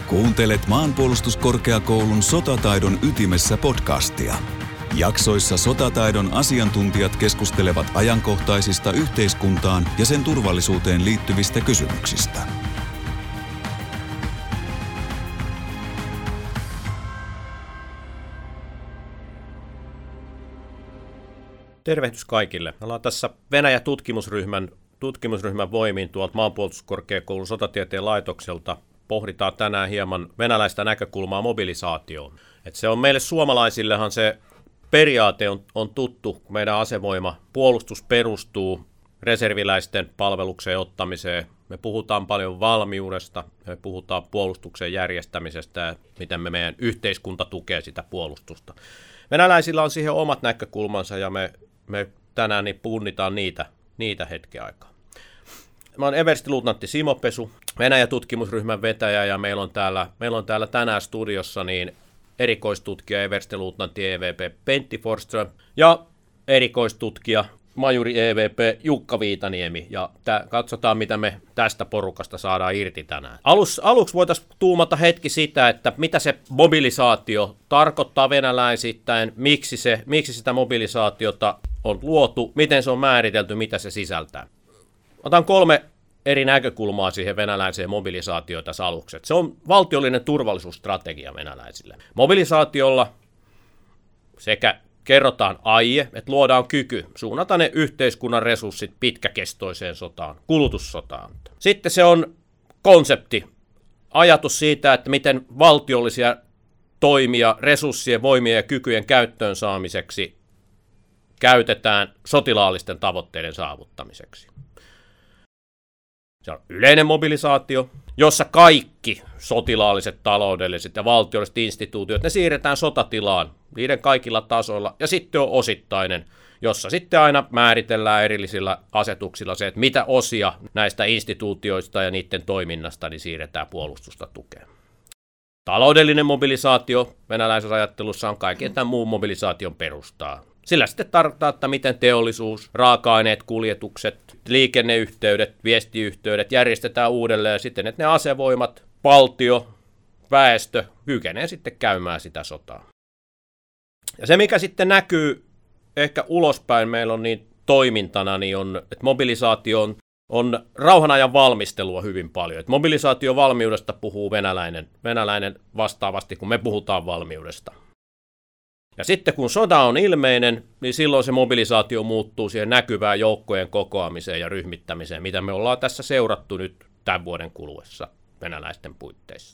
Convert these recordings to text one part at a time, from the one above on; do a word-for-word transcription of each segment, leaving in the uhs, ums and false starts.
Kuuntelet Maanpuolustuskorkeakoulun Sotataidon ytimessä podcastia. Jaksoissa sotataidon asiantuntijat keskustelevat ajankohtaisista yhteiskuntaan ja sen turvallisuuteen liittyvistä kysymyksistä. Tervehdys kaikille. Me ollaan tässä Venäjä-tutkimusryhmän tutkimusryhmän voimin tuolta Maanpuolustuskorkeakoulun sotatieteen laitokselta. Pohditaan tänään hieman venäläistä näkökulmaa mobilisaatioon. Et se on meille suomalaisillehan se periaate on, on tuttu, kun meidän asevoima puolustus perustuu reserviläisten palvelukseen ottamiseen. Me puhutaan paljon valmiudesta, me puhutaan puolustuksen järjestämisestä ja miten me meidän yhteiskunta tukee sitä puolustusta. Venäläisillä on siihen omat näkökulmansa ja me, me tänään niin punnitaan niitä, niitä hetken aikaa. Mä oon everstiluutnantti Simo Pesu, Venäjä-tutkimusryhmän vetäjä, ja meillä on täällä, meillä on täällä tänään studiossa niin erikoistutkija everstiluutnantti E V P Pentti Forsström ja erikoistutkija majuri E V P Jukka Viitaniemi, ja tää, katsotaan, mitä me tästä porukasta saadaan irti tänään. Alus, aluksi voitaisiin tuumata hetki sitä, että mitä se mobilisaatio tarkoittaa venäläisittäin, miksi, se, miksi sitä mobilisaatiota on luotu, miten se on määritelty, mitä se sisältää. Otan kolme eri näkökulmaa siihen venäläiseen mobilisaatioon tässä aluksi. Se on valtiollinen turvallisuusstrategia venäläisille. Mobilisaatiolla sekä kerrotaan aie, että luodaan kyky suunnata ne yhteiskunnan resurssit pitkäkestoiseen sotaan, kulutussotaan. Sitten se on konsepti, ajatus siitä, että miten valtiollisia toimia resurssien, voimien ja kykyjen käyttöön saamiseksi käytetään sotilaallisten tavoitteiden saavuttamiseksi. Se on yleinen mobilisaatio, jossa kaikki sotilaalliset, taloudelliset ja valtiolliset instituutiot, ne siirretään sotatilaan niiden kaikilla tasoilla, ja sitten on osittainen, jossa sitten aina määritellään erillisillä asetuksilla se, että mitä osia näistä instituutioista ja niiden toiminnasta niin siirretään puolustusta tukeen. Taloudellinen mobilisaatio venäläisessä ajattelussa on kaiken tämän muun mobilisaation perustaa. Sillä sitten tarkoittaa, että miten teollisuus, raaka-aineet, kuljetukset, liikenneyhteydet, viestiyhteydet järjestetään uudelleen siten, että ne asevoimat, valtio, väestö kykenee sitten käymään sitä sotaa. Ja se, mikä sitten näkyy ehkä ulospäin meillä on niin toimintana, niin on, että mobilisaatio on, on rauhanajan valmistelua hyvin paljon. Että mobilisaatiovalmiudesta puhuu venäläinen, venäläinen vastaavasti, kun me puhutaan valmiudesta. Ja sitten kun sota on ilmeinen, niin silloin se mobilisaatio muuttuu siihen näkyvään joukkojen kokoamiseen ja ryhmittämiseen, mitä me ollaan tässä seurattu nyt tämän vuoden kuluessa venäläisten puitteissa.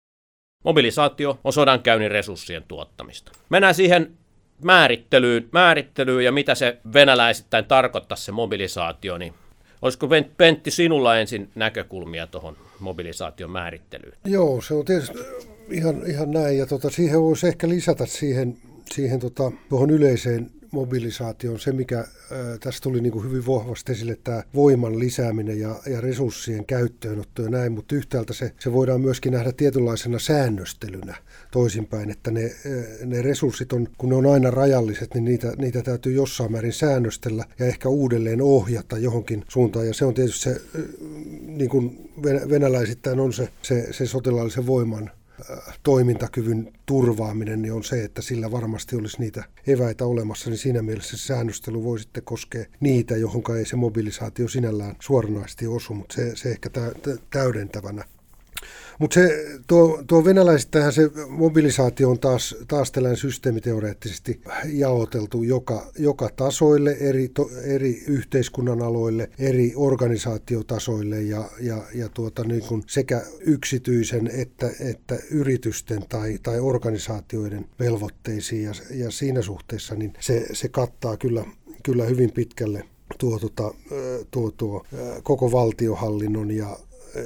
Mobilisaatio on sodankäynnin resurssien tuottamista. Mennään siihen määrittelyyn, määrittelyyn ja mitä se venäläisittäin tarkoittaa se mobilisaatio, niin olisiko Pentti sinulla ensin näkökulmia tuohon mobilisaation määrittelyyn? Joo, se on tietysti ihan, ihan näin, ja tota, siihen voisi ehkä lisätä siihen, siihen tota, tuohon yleiseen mobilisaatioon se, mikä ää, tässä tuli niin kuin hyvin vahvasti esille, tämä voiman lisääminen ja, ja resurssien käyttöönotto ja näin, mutta yhtäältä se, se voidaan myöskin nähdä tietynlaisena säännöstelynä toisinpäin, että ne, ne resurssit on, kun ne on aina rajalliset, niin niitä, niitä täytyy jossain määrin säännöstellä ja ehkä uudelleen ohjata johonkin suuntaan, ja se on tietysti se, niin kuin venäläisittäin on se, se, se sotilaallisen voiman toimintakyvyn turvaaminen, niin on se, että sillä varmasti olisi niitä eväitä olemassa, niin siinä mielessä se säännöstely voi sitten koskea niitä, johonka ei se mobilisaatio sinällään suoranaisesti osu, mutta se, se ehkä täydentävänä. Mutta se, tuo, tuo venäläisittäinhän se mobilisaatio on taas, taas tällainen systeemiteoreettisesti jaoteltu joka, joka tasoille, eri, to, eri yhteiskunnan aloille, eri organisaatiotasoille ja, ja, ja tuota, niin kuin sekä yksityisen että, että yritysten tai, tai organisaatioiden velvoitteisiin, ja, ja siinä suhteessa niin se, se kattaa kyllä, kyllä hyvin pitkälle tuo, tuo, tuo, tuo koko valtiohallinnon ja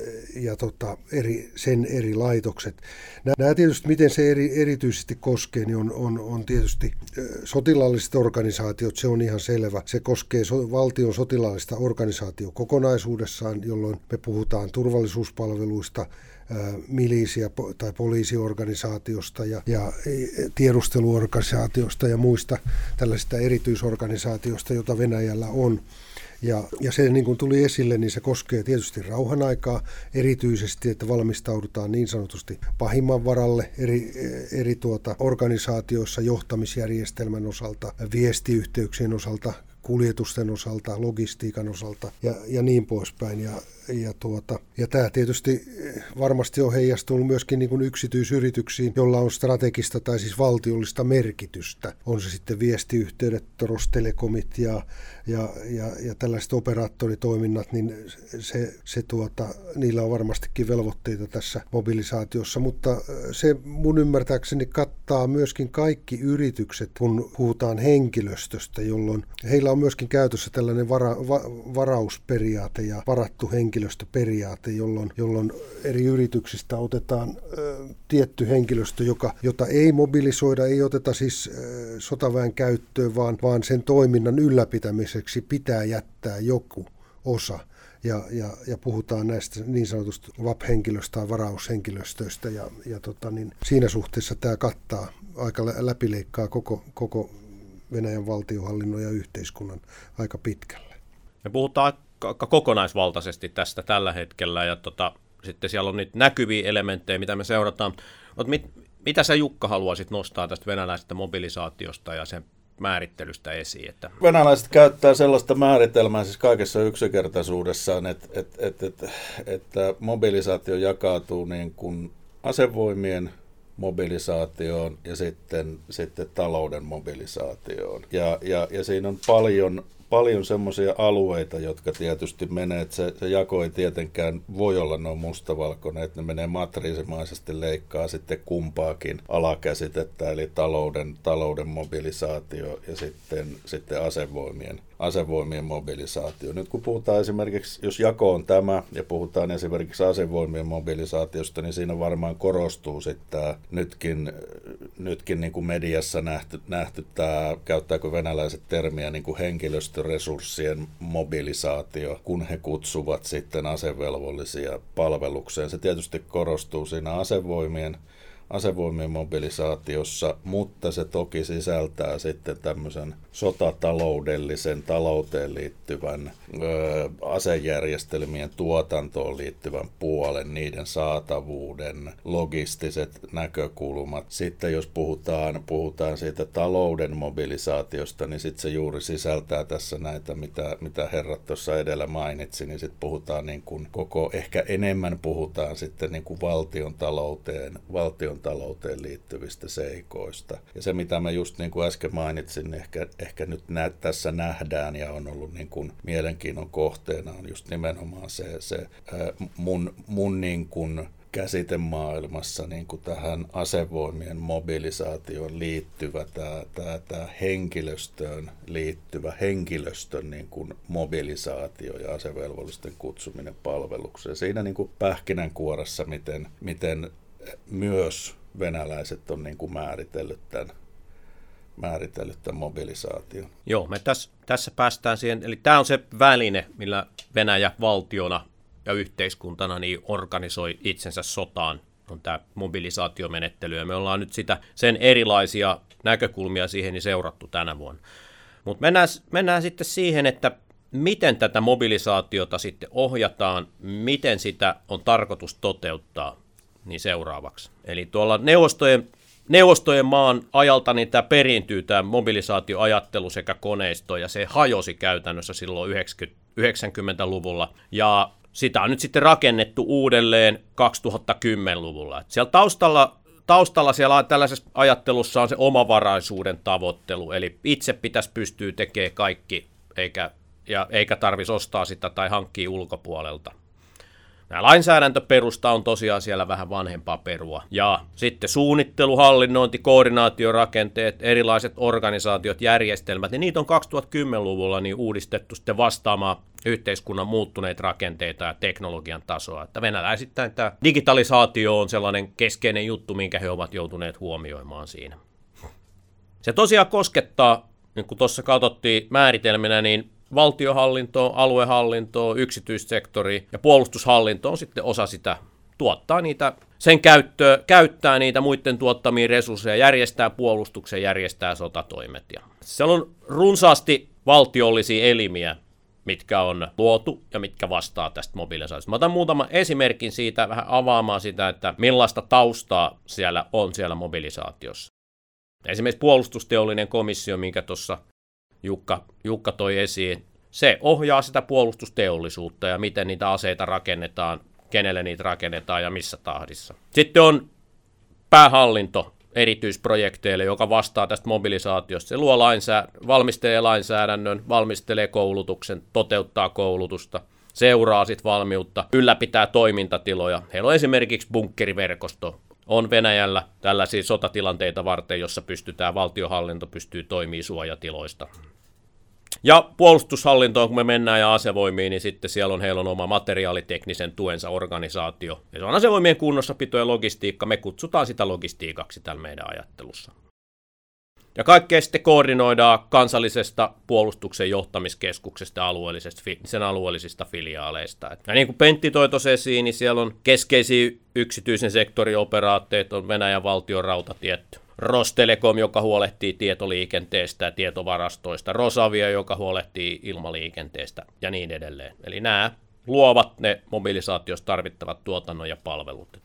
ja tota, eri, sen eri laitokset. Nämä tietysti, miten se eri, erityisesti koskee, niin on, on, on tietysti sotilaalliset organisaatiot, se on ihan selvä. Se koskee so, valtion sotilaallista organisaatio kokonaisuudessaan, jolloin me puhutaan turvallisuuspalveluista, milisiä tai poliisiorganisaatiosta ja, ja tiedusteluorganisaatiosta ja muista tällaisista erityisorganisaatioista, joita Venäjällä on. Ja, ja se niin kuin tuli esille, niin se koskee tietysti rauhan aikaa erityisesti, että valmistaudutaan niin sanotusti pahimman varalle eri, eri tuota organisaatioissa johtamisjärjestelmän osalta, viestiyhteyksien osalta, kuljetusten osalta, logistiikan osalta ja, ja niin poispäin. Ja, ja, tuota, ja tämä tietysti varmasti on heijastunut myöskin niin kuin yksityisyrityksiin, jolla on strategista tai siis valtiollista merkitystä. On se sitten viestiyhteydet, Torostelekomit ja, ja, ja, ja tällaiset operaattoritoiminnat, niin se, se tuota, niillä on varmastikin velvoitteita tässä mobilisaatiossa, mutta se mun ymmärtääkseni kattaa myöskin kaikki yritykset, kun puhutaan henkilöstöstä, jolloin heillä on myöskin käytössä tällainen vara, va, varausperiaate ja varattu henkilöstöperiaate, jolloin, jolloin eri yrityksistä otetaan ö, tietty henkilöstö, joka, jota ei mobilisoida, ei oteta siis ö, sotaväen käyttöön, vaan, vaan sen toiminnan ylläpitämiseksi pitää jättää joku osa. Ja, ja, ja puhutaan näistä niin sanotusta V A P-henkilöstä tai varaushenkilöstöistä. Ja, ja tota, niin siinä suhteessa tämä kattaa aika läpileikkaa koko, koko Venäjän valtionhallinnon ja yhteiskunnan aika pitkälle. Me puhutaan aika kokonaisvaltaisesti tästä tällä hetkellä, ja tota, sitten siellä on niitä näkyviä elementtejä, mitä me seurataan. Mutta mit, mitä sä, Jukka, haluaisit nostaa tästä venäläisestä mobilisaatiosta ja sen määrittelystä esiin? Että venäläiset käyttää sellaista määritelmää siis kaikessa yksinkertaisuudessaan, että, että, että, että, että mobilisaatio jakautuu niin kuin asevoimien mobilisaatioon ja sitten, sitten talouden mobilisaatioon. Ja, ja, ja siinä on paljon, paljon semmoisia alueita, jotka tietysti menee, että se, se jako ei tietenkään voi olla noin mustavalkoinen, että ne menee matriisimaisesti leikkaa sitten kumpaakin alakäsitettä, eli talouden, talouden mobilisaatio ja sitten, sitten asevoimien, asevoimien mobilisaatio. Nyt kun puhutaan esimerkiksi, jos jako on tämä ja puhutaan esimerkiksi asevoimien mobilisaatiosta, niin siinä varmaan korostuu sitten tämä nytkin, nytkin niin kuin mediassa nähty, nähty tämä, käyttääkö venäläiset termiä, niin kuin henkilöstöresurssien mobilisaatio, kun he kutsuvat sitten asevelvollisia palvelukseen. Se tietysti korostuu siinä asevoimien asevoimien mobilisaatiossa, mutta se toki sisältää sitten tämmöisen sotataloudellisen, talouteen liittyvän, ö, asejärjestelmien tuotantoon liittyvän puolen, niiden saatavuuden, logistiset näkökulmat. Sitten jos puhutaan, puhutaan siitä talouden mobilisaatiosta, niin sitten se juuri sisältää tässä näitä, mitä, mitä herrat tuossa edellä mainitsi, niin sitten puhutaan niin kuin koko, ehkä enemmän puhutaan sitten niin kuin valtion talouteen, valtion talouteen liittyvistä seikoista. Ja se, mitä mä just niin kuin äsken mainitsin, niin ehkä, ehkä nyt nä- tässä nähdään ja on ollut niin kuin mielenkiinnon kohteena, on just nimenomaan se, se ää, mun, mun niin kuin käsitemaailmassa niin kuin tähän asevoimien mobilisaatioon liittyvä tämä, tämä, tämä henkilöstöön liittyvä henkilöstön niin kuin mobilisaatio ja asevelvollisten kutsuminen palvelukseen. Siinä niin kuin pähkinänkuoressa, miten, miten myös venäläiset on niin kuin määritellyt tämän, määritellyt tämän mobilisaation. Joo, me tässä, tässä päästään siihen, eli tämä on se väline, millä Venäjä valtiona ja yhteiskuntana niin organisoi itsensä sotaan, on tämä mobilisaatiomenettely, ja me ollaan nyt sitä, sen erilaisia näkökulmia siihen niin seurattu tänä vuonna. Mutta mennään, mennään sitten siihen, että miten tätä mobilisaatiota sitten ohjataan, miten sitä on tarkoitus toteuttaa niin seuraavaksi. Eli tuolla neuvostojen, neuvostojen maan ajalta niin tämä periintyy tämä mobilisaatioajattelu sekä koneisto, ja se hajosi käytännössä silloin yhdeksänkymmentäluvulla, ja sitä on nyt sitten rakennettu uudelleen kaksituhattakymmenluvulla. Siellä taustalla, taustalla siellä tällaisessa ajattelussa on se omavaraisuuden tavoittelu, eli itse pitäisi pystyä tekemään kaikki, eikä, ja, eikä tarvitsisi ostaa sitä tai hankkia ulkopuolelta. Nämä lainsäädäntöperusta on tosiaan siellä vähän vanhempaa perua. Ja sitten suunnittelu, hallinnointi, koordinaatiorakenteet, erilaiset organisaatiot, järjestelmät, niin niitä on kaksituhattakymmenluvulla niin uudistettu sitten vastaamaan yhteiskunnan muuttuneita rakenteita ja teknologian tasoa. Että venäläisittäin tämä digitalisaatio on sellainen keskeinen juttu, minkä he ovat joutuneet huomioimaan siinä. Se tosiaan koskettaa, niin kuin tuossa katsottiin määritelminä, niin valtiohallintoa, aluehallintoa, yksityissektoria ja puolustushallinto on sitten osa sitä, tuottaa niitä, sen käyttöä, käyttää niitä muiden tuottamia resursseja, järjestää puolustuksen, järjestää sotatoimet. Ja siellä on runsaasti valtiollisia elimiä, mitkä on luotu ja mitkä vastaa tästä mobilisaatiosta. Mä otan muutaman esimerkin siitä, vähän avaamaan sitä, että millaista taustaa siellä on siellä mobilisaatiossa. Esimerkiksi puolustusteollinen komissio, minkä tuossa Jukka, Jukka toi esiin, se ohjaa sitä puolustusteollisuutta ja miten niitä aseita rakennetaan, kenelle niitä rakennetaan ja missä tahdissa. Sitten on päähallinto erityisprojekteille, joka vastaa tästä mobilisaatiosta. Se luo lainsää, valmistelee lainsäädännön, valmistelee koulutuksen, toteuttaa koulutusta, seuraa sit valmiutta, ylläpitää toimintatiloja. Heillä on esimerkiksi bunkkeriverkosto. On Venäjällä tällaisia sotatilanteita varten, jossa pystytään, valtiohallinto pystyy toimimaan suojatiloista. Ja puolustushallintoon, kun me mennään ja asevoimiin, niin sitten siellä on, heillä on oma materiaaliteknisen tuensa organisaatio. Ja se on asevoimien kunnossapito ja logistiikka. Me kutsutaan sitä logistiikaksi tällä meidän ajattelussa. Ja kaikkea sitten koordinoidaan kansallisesta puolustuksen johtamiskeskuksesta alueellisesta, sen alueellisista filiaaleista. Ja niin kuin Pentti toi tuossa esiin, niin siellä on keskeisiä yksityisen sektorin operaatteet, on Venäjän valtion rautatiet, Rostelecom, joka huolehtii tietoliikenteestä ja tietovarastoista, Rosavia, joka huolehtii ilmaliikenteestä ja niin edelleen. Eli nämä luovat ne mobilisaatiossa tarvittavat tuotannon ja palvelut.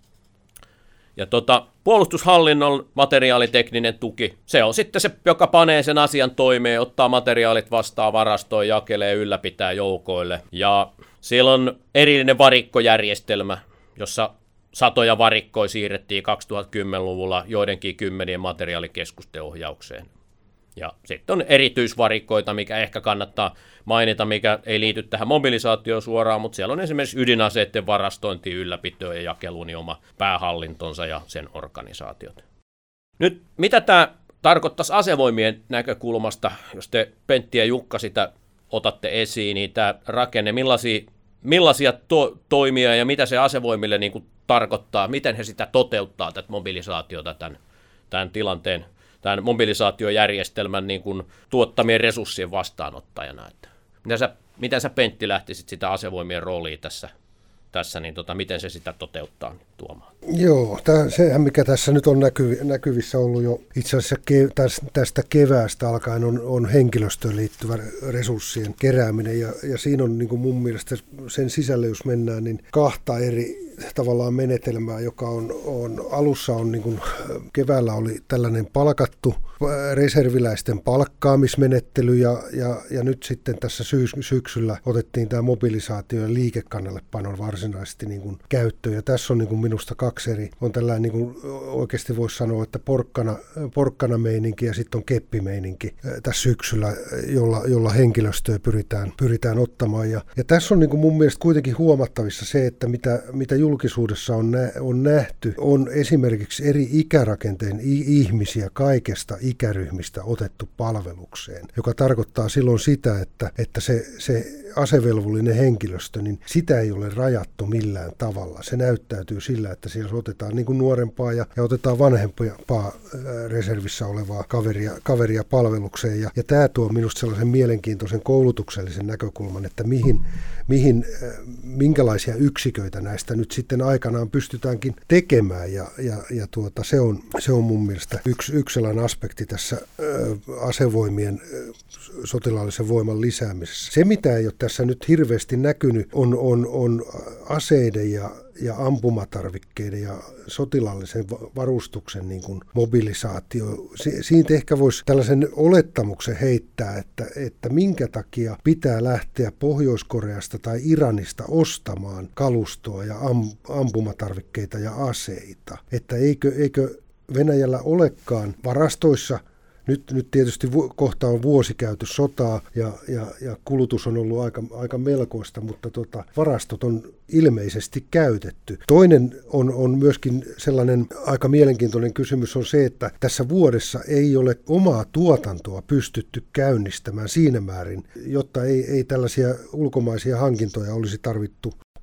Ja tota, puolustushallinnon materiaalitekninen tuki, se on sitten se, joka panee sen asian toimeen, ottaa materiaalit vastaan varastoon, jakelee, ylläpitää joukoille. Ja siellä on erillinen varikkojärjestelmä, jossa satoja varikkoja siirrettiin kaksituhattakymmenluvulla joidenkin kymmenien materiaalikeskusten ohjaukseen. Ja sitten on erityisvarikkoita, mikä ehkä kannattaa mainita, mikä ei liity tähän mobilisaatioon suoraan, mutta siellä on esimerkiksi ydinaseiden varastointi, ylläpito ja jakelu, niin oma päähallintonsa ja sen organisaatiot. Nyt mitä tämä tarkoittaisi asevoimien näkökulmasta, jos te Pentti ja Jukka sitä otatte esiin, niin tämä rakenne, millaisia, millaisia to- toimia ja mitä se asevoimille niin kuin tarkoittaa, miten he sitä toteuttaa, tätä mobilisaatiota tämän, tämän tilanteen, tämän mobilisaatiojärjestelmän niin kuin tuottamien resurssien vastaanottajana. Että miten, sä, miten sä Pentti lähtisit sitä asevoimien roolia tässä, tässä niin tota, miten se sitä toteuttaa niin tuomaan? Joo, täh, sehän mikä tässä nyt on näkyv, näkyvissä ollut jo itse asiassa ke, tästä keväästä alkaen on, on henkilöstöön liittyvä resurssien kerääminen ja, ja siinä on niin kuin mun mielestä sen sisälle, jos mennään, niin kahta eri tavallaan menetelmää, joka on, on alussa on niin kuin keväällä oli tällainen palkattu reserviläisten palkkaamismenettely ja, ja, ja nyt sitten tässä syys, syksyllä otettiin tämä mobilisaatio ja liikekannallepanon varsinaisesti niin kuin käyttöön ja tässä on niin kuin minusta kaksi eri, on tällainen niin kuin oikeasti voisi sanoa, että porkkana, porkkana meininki ja sitten on keppimeininki tässä syksyllä, jolla, jolla henkilöstöä pyritään, pyritään ottamaan ja, ja tässä on niin kuin mun mielestä kuitenkin huomattavissa se, että mitä, mitä julkisuudessa on, nä, on nähty, on esimerkiksi eri ikärakenteen ihmisiä kaikesta ikäryhmistä otettu palvelukseen, joka tarkoittaa silloin sitä, että, että se, se asevelvollinen henkilöstö, niin sitä ei ole rajattu millään tavalla. Se näyttäytyy sillä, että siellä otetaan niin kuin nuorempaa ja, ja otetaan vanhempaa reservissä olevaa kaveria, kaveria palvelukseen. Ja, ja tämä tuo minusta sellaisen mielenkiintoisen koulutuksellisen näkökulman, että mihin, mihin, minkälaisia yksiköitä näistä nyt sitten aikanaan pystytäänkin tekemään. Ja, ja, ja tuota, se, on, se on mun mielestä yksi, yksi sellainen aspekti tässä ö, asevoimien ö, sotilaallisen voiman lisäämisessä. Se, mitä ei ole tässä nyt hirveästi näkynyt, on, on, on aseiden ja, ja ampumatarvikkeiden ja sotilaallisen varustuksen niin kuin mobilisaatio. Si- siitä ehkä voisi tällaisen olettamuksen heittää, että, että minkä takia pitää lähteä Pohjois-Koreasta tai Iranista ostamaan kalustoa ja am- ampumatarvikkeita ja aseita. Että eikö, eikö Venäjällä olekaan varastoissa. Nyt, nyt tietysti vu, kohta on vuosi käyty sotaa ja, ja, ja kulutus on ollut aika, aika melkoista, mutta tota, varastot on ilmeisesti käytetty. Toinen on, on myöskin sellainen aika mielenkiintoinen kysymys on se, että tässä vuodessa ei ole omaa tuotantoa pystytty käynnistämään siinä määrin, jotta ei, ei tällaisia ulkomaisia hankintoja olisi tarvittu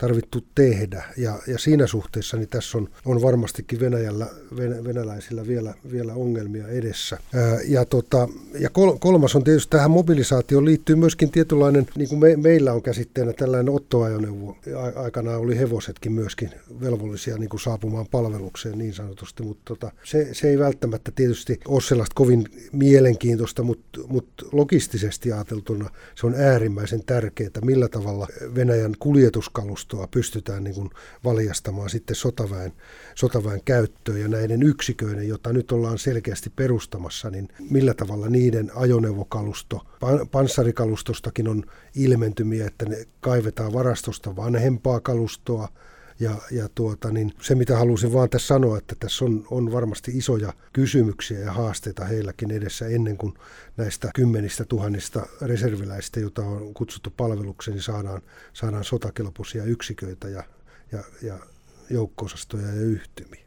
tarvittu tehdä. Ja, ja siinä suhteessa niin tässä on, on varmastikin Venäjällä, venäläisillä vielä, vielä ongelmia edessä. Ää, ja, tota, ja kol, kolmas on tietysti tähän mobilisaatioon liittyy myöskin tietynlainen, niin kuin me, meillä on käsitteenä tällainen ottoajoneuvo. Aikanaan oli hevosetkin myöskin velvollisia niin kuin saapumaan palvelukseen niin sanotusti, mutta tota, se, se ei välttämättä tietysti ole sellaista kovin mielenkiintoista, mutta, mutta logistisesti ajateltuna se on äärimmäisen tärkeää, millä tavalla Venäjän kuljetuskalustoa pystytään niin kuin valjastamaan sitten sotaväen, sotaväen käyttöön ja näiden yksiköiden, jota nyt ollaan selkeästi perustamassa, niin millä tavalla niiden ajoneuvokalusto, panssarikalustostakin on ilmentymiä, että ne kaivetaan varastosta vanhempaa kalustoa. Ja, ja tuota, niin se, mitä halusin vaan tässä sanoa, että tässä on, on varmasti isoja kysymyksiä ja haasteita heilläkin edessä ennen kuin näistä kymmenistä tuhannista reserviläistä, joita on kutsuttu palvelukseen, niin saadaan, saadaan sotakelpoisia yksiköitä ja, ja, ja joukko-osastoja ja yhtymiä.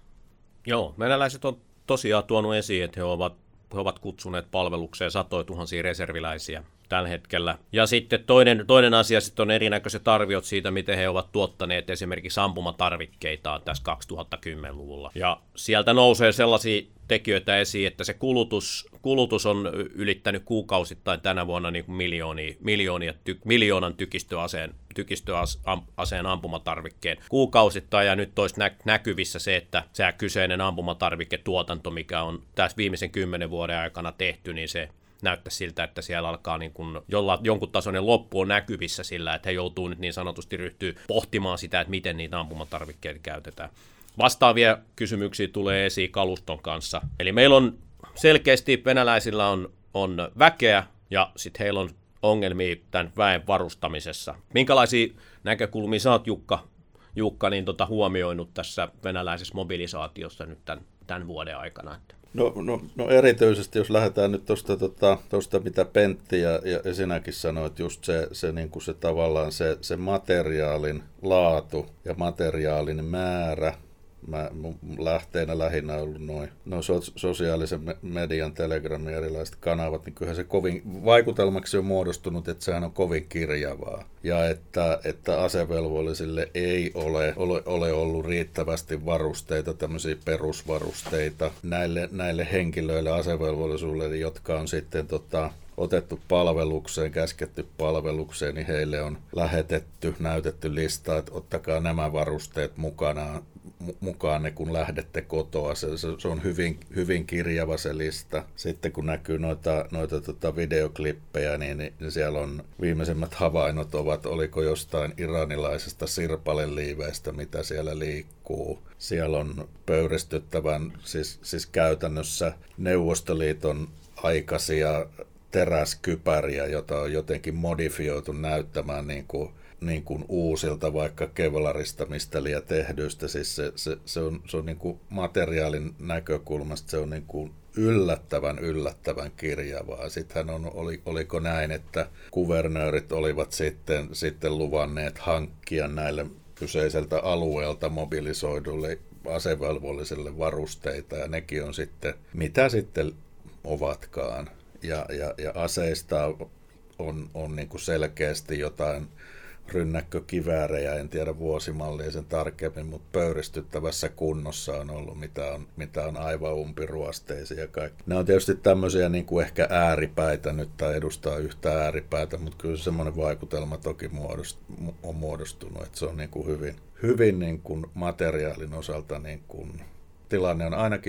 Joo, venäläiset on tosiaan tuonut esiin, että he ovat, he ovat kutsuneet palvelukseen satoja tuhansia reserviläisiä tällä hetkellä. Ja sitten toinen, toinen asia sitten on erinäköiset arviot siitä, miten he ovat tuottaneet esimerkiksi ampumatarvikkeitaan tässä kaksituhattakymmenluvulla. Ja sieltä nousee sellaisia tekijöitä esiin, että se kulutus, kulutus on ylittänyt kuukausittain tänä vuonna niin kuin miljoonia, miljoonia, ty, miljoonan tykistöaseen, tykistöaseen ampumatarvikkeen kuukausittain, ja nyt olisi nä, näkyvissä se, että se kyseinen ampumatarviketuotanto, mikä on tässä viimeisen kymmenen vuoden aikana tehty, niin se näyttää siltä, että siellä alkaa niin kuin jolla, jonkun tasoinen loppu on näkyvissä sillä, että he joutuu nyt niin sanotusti ryhtyä pohtimaan sitä, että miten niitä ampumatarvikkeita käytetään. Vastaavia kysymyksiä tulee esiin kaluston kanssa. Eli meillä on selkeästi, venäläisillä on, on väkeä ja sitten heillä on ongelmia tämän väen varustamisessa. Minkälaisia näkökulmia sä oot, Jukka, Jukka niin tota, huomioinut tässä venäläisessä mobilisaatiossa nyt tämän, tämän vuoden aikana? No, no, no erityisesti, jos lähdetään nyt tuosta, tota, tuosta mitä Pentti ja, ja sinäkin sanoit, just se, se, niin kuin se tavallaan se, se materiaalin laatu ja materiaalin määrä. Mä, mun lähteenä lähinnä on ollut noin noi so, sosiaalisen median, Telegramin ja erilaiset kanavat, niin kyllähän se kovin vaikutelmaksi on muodostunut, että sehän on kovin kirjavaa. Ja että, että asevelvollisille ei ole, ole, ole ollut riittävästi varusteita, tämmöisiä perusvarusteita näille, näille henkilöille asevelvollisuudelle, jotka on sitten tota, otettu palvelukseen, käsketty palvelukseen, niin heille on lähetetty, näytetty lista, että ottakaa nämä varusteet mukanaan, mukaan ne, kun lähdette kotoa. Se, se, se on hyvin, hyvin kirjava se lista. Sitten kun näkyy noita, noita tota videoklippejä, niin, niin siellä on viimeisimmät havainnot ovat, oliko jostain iranilaisesta sirpaleliiveistä, mitä siellä liikkuu. Siellä on pöyristyttävän, siis, siis käytännössä Neuvostoliiton aikaisia teräskypäriä, jota on jotenkin modifioitu näyttämään niin kuin, niin kuin uusilta, vaikka kevlarista mistä liian tehdyistä. Siis se, se, se on, se on niin kuin materiaalin näkökulmasta se on niin kuin yllättävän, yllättävän kirjavaa. Sittenhän on, oli, oliko näin, että kuvernöörit olivat sitten, sitten luvanneet hankkia näille kyseiseltä alueelta mobilisoidulle asevelvollisille varusteita, ja nekin on sitten, mitä sitten ovatkaan. Ja, ja, ja aseista on, on niin kuin selkeästi jotain rynnäkkökiväärejä, en tiedä vuosimallia sen tarkemmin, mutta pöyristyttävässä kunnossa on ollut, mitä on, mitä on aivan umpiruosteisia ja kaikki. Nämä on tietysti tämmöisiä niin kuin ehkä ääripäitä nyt, tai edustaa yhtä ääripäätä, mutta kyllä semmoinen vaikutelma toki muodost, on muodostunut, että se on niin kuin hyvin, hyvin niin kuin materiaalin osalta niin kuin, tilanne on ainakin